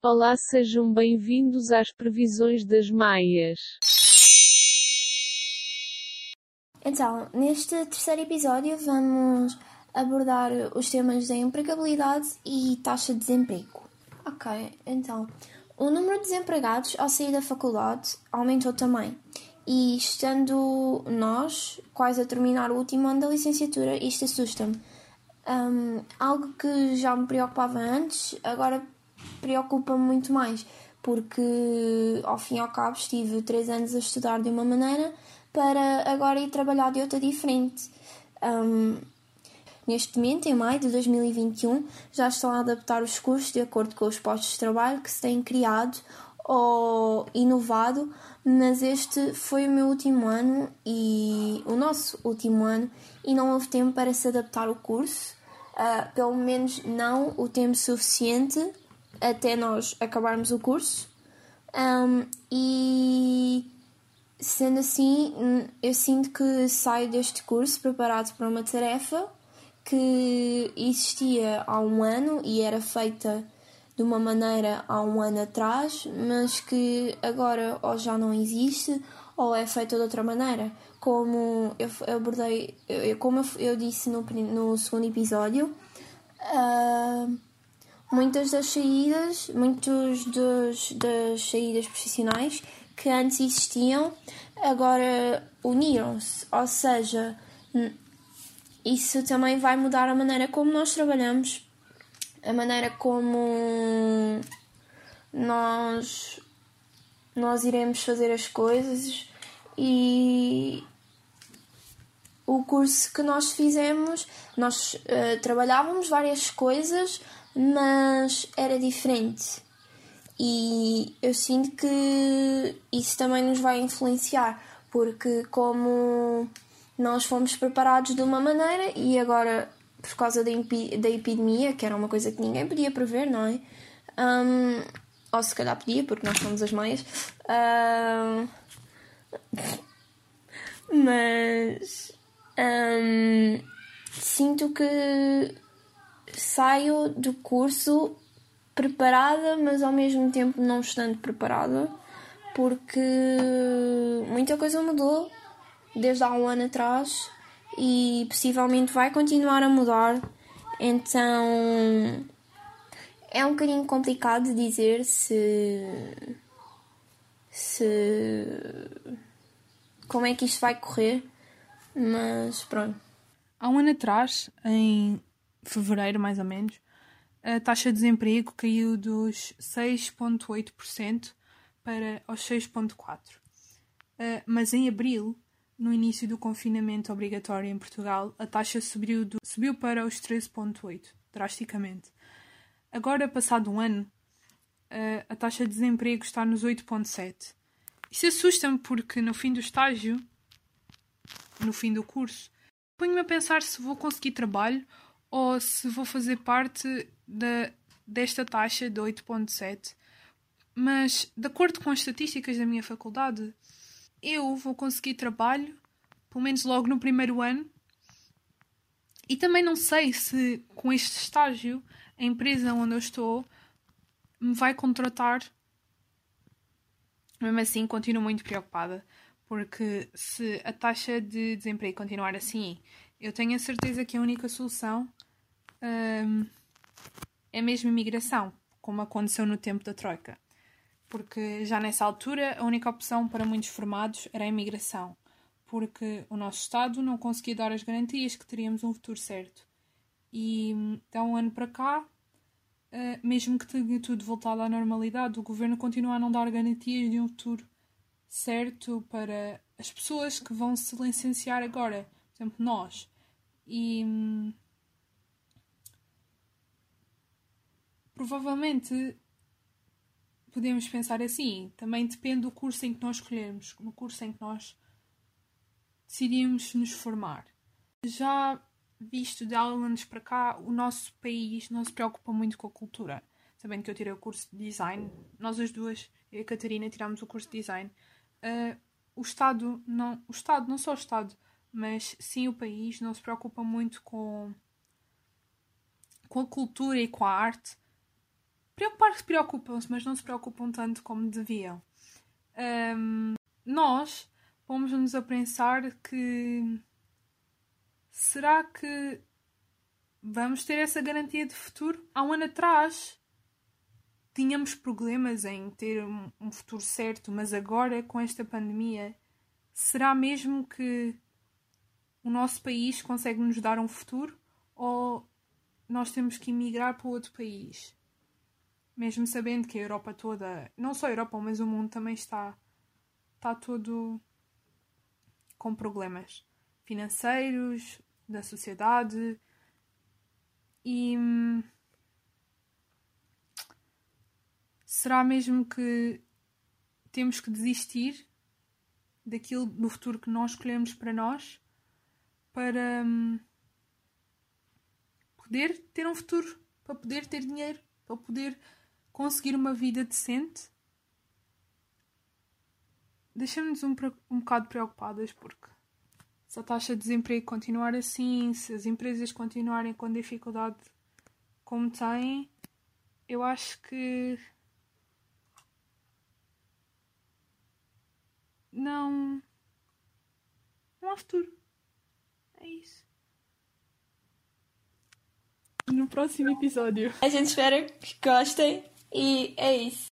Olá, sejam bem-vindos às previsões das Maias. Então, neste terceiro episódio vamos abordar os temas da empregabilidade e taxa de desemprego. Ok, então, o número de desempregados ao sair da faculdade aumentou também. E estando nós quase a terminar o último ano da licenciatura, isto assusta-me. Algo que já me preocupava antes, agora preocupa-me muito mais, porque ao fim e ao cabo estive 3 anos a estudar de uma maneira para agora ir trabalhar de outra diferente. Neste momento, em maio de 2021, já estão a adaptar os cursos de acordo com os postos de trabalho que se têm criado ou inovado, mas este foi o meu último ano e o nosso último ano e não houve tempo para se adaptar o curso, pelo menos não o tempo suficiente até nós acabarmos o curso. E sendo assim, eu sinto que saio deste curso preparado para uma tarefa que existia há um ano e era feita de uma maneira há um ano atrás, mas que agora ou já não existe ou é feita de outra maneira. Como eu abordei, como eu disse no segundo episódio, muitas das saídas profissionais que antes existiam agora uniram-se, ou seja, isso também vai mudar a maneira como nós trabalhamos, a maneira como nós iremos fazer as coisas. E o curso que nós fizemos, nós trabalhávamos várias coisas, mas era diferente. E eu sinto que isso também nos vai influenciar, porque como nós fomos preparados de uma maneira e agora, por causa da epidemia, que era uma coisa que ninguém podia prever, não é? Ou se calhar podia, porque nós somos as meias. Mas sinto que saio do curso preparada, mas ao mesmo tempo não estando preparada, porque muita coisa mudou desde há um ano atrás e possivelmente vai continuar a mudar. Então é um bocadinho complicado de dizer se como é que isto vai correr, mas pronto. Há um ano atrás, em fevereiro mais ou menos, a taxa de desemprego caiu dos 6,8% para os 6,4%. Mas em abril, no início do confinamento obrigatório em Portugal, a taxa subiu para os 13,8%, drasticamente. Agora, passado um ano, a taxa de desemprego está nos 8,7%. Isso assusta-me porque no fim do estágio, no fim do curso, ponho-me a pensar se vou conseguir trabalho ou se vou fazer parte desta taxa de 8,7%. Mas, de acordo com as estatísticas da minha faculdade, eu vou conseguir trabalho, pelo menos logo no primeiro ano. E também não sei se, com este estágio, a empresa onde eu estou me vai contratar. Mesmo assim, continuo muito preocupada, porque se a taxa de desemprego continuar assim, eu tenho a certeza que a única solução é mesmo a imigração, como aconteceu no tempo da Troika. Porque já nessa altura a única opção para muitos formados era a imigração, porque o nosso Estado não conseguia dar as garantias que teríamos um futuro certo. E de um ano para cá, mesmo que tenha tudo voltado à normalidade, o governo continua a não dar garantias de um futuro certo para as pessoas que vão se licenciar agora, por exemplo, nós. E provavelmente podemos pensar assim, também depende do curso em que nós escolhermos, no curso em que nós decidimos nos formar. Já visto de há anos para cá, o nosso país não se preocupa muito com a cultura. Sabendo que eu tirei o curso de design, nós as duas, eu e a Catarina, tirámos o curso de design. O Estado, não só o Estado, mas sim o país, não se preocupa muito com a cultura e com a arte. preocupam-se, mas não se preocupam tanto como deviam. Nós pomos-nos a pensar que será que vamos ter essa garantia de futuro? Há um ano atrás tínhamos problemas em ter um futuro certo, mas agora, com esta pandemia, será mesmo que o nosso país consegue nos dar um futuro? Ou nós temos que emigrar para outro país? Mesmo sabendo que a Europa toda, não só a Europa, mas o mundo também está todo com problemas financeiros, da sociedade. E será mesmo que temos que desistir daquilo, do futuro que nós escolhemos para nós, para poder ter um futuro, para poder ter dinheiro, para poder conseguir uma vida decente? Deixamos-nos um bocado preocupadas, porque se a taxa de desemprego continuar assim, se as empresas continuarem com dificuldade como têm, eu acho que não há futuro. É isso. No próximo episódio. A gente espera que gostem e é isso.